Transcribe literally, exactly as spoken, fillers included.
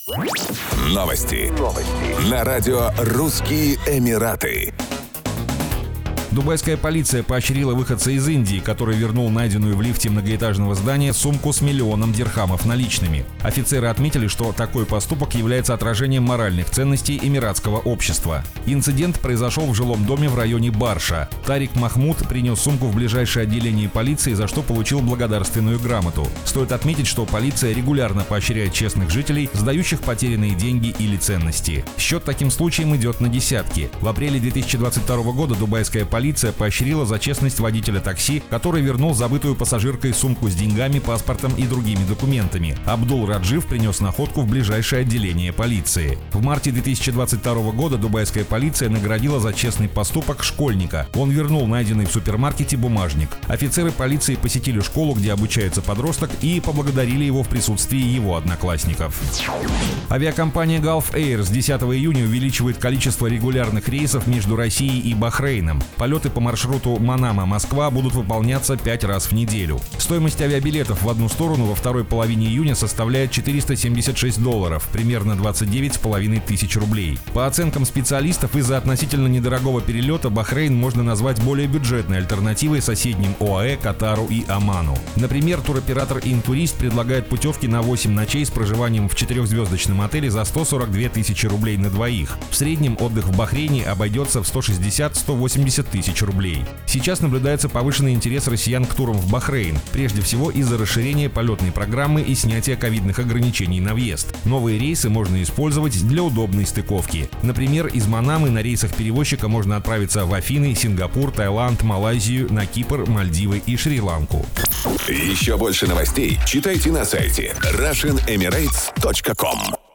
Новости. Новости. На радио «Русские Эмираты». Дубайская полиция поощрила выходца из Индии, который вернул найденную в лифте многоэтажного здания сумку с миллионом дирхамов наличными. Офицеры отметили, что такой поступок является отражением моральных ценностей эмиратского общества. Инцидент произошел в жилом доме в районе Барша. Тарик Махмуд принес сумку в ближайшее отделение полиции, за что получил благодарственную грамоту. Стоит отметить, что полиция регулярно поощряет честных жителей, сдающих потерянные деньги или ценности. Счет таким случаям идет на десятки. В апреле две тысячи двадцать второго года дубайская полиция Полиция поощрила за честность водителя такси, который вернул забытую пассажиркой сумку с деньгами, паспортом и другими документами. Абдул Раджив принес находку в ближайшее отделение полиции. В марте две тысячи двадцать второго года дубайская полиция наградила за честный поступок школьника. Он вернул найденный в супермаркете бумажник. Офицеры полиции посетили школу, где обучается подросток, и поблагодарили его в присутствии его одноклассников. Авиакомпания Gulf Air с десятого июня увеличивает количество регулярных рейсов между Россией и Бахрейном. Полеты по маршруту Манама-Москва будут выполняться пять раз в неделю. Стоимость авиабилетов в одну сторону во второй половине июня составляет четыреста семьдесят шесть долларов, примерно двадцать девять с половиной тысяч рублей. По оценкам специалистов, из-за относительно недорогого перелета Бахрейн можно назвать более бюджетной альтернативой соседним ОАЭ, Катару и Оману. Например, туроператор Интурист предлагает путевки на восемь ночей с проживанием в четырехзвездочном отеле за сто сорок две тысячи рублей на двоих. В среднем отдых в Бахрейне обойдется в сто шестьдесят - сто восемьдесят тысяч рублей. Сейчас наблюдается повышенный интерес россиян к турам в Бахрейн, прежде всего из-за расширения полетной программы и снятия ковидных ограничений на въезд. Новые рейсы можно использовать для удобной стыковки. Например, из Манамы на рейсах перевозчика можно отправиться в Афины, Сингапур, Таиланд, Малайзию, на Кипр, Мальдивы и Шри-Ланку. Еще больше новостей читайте на сайте Russian Emirates точка ком.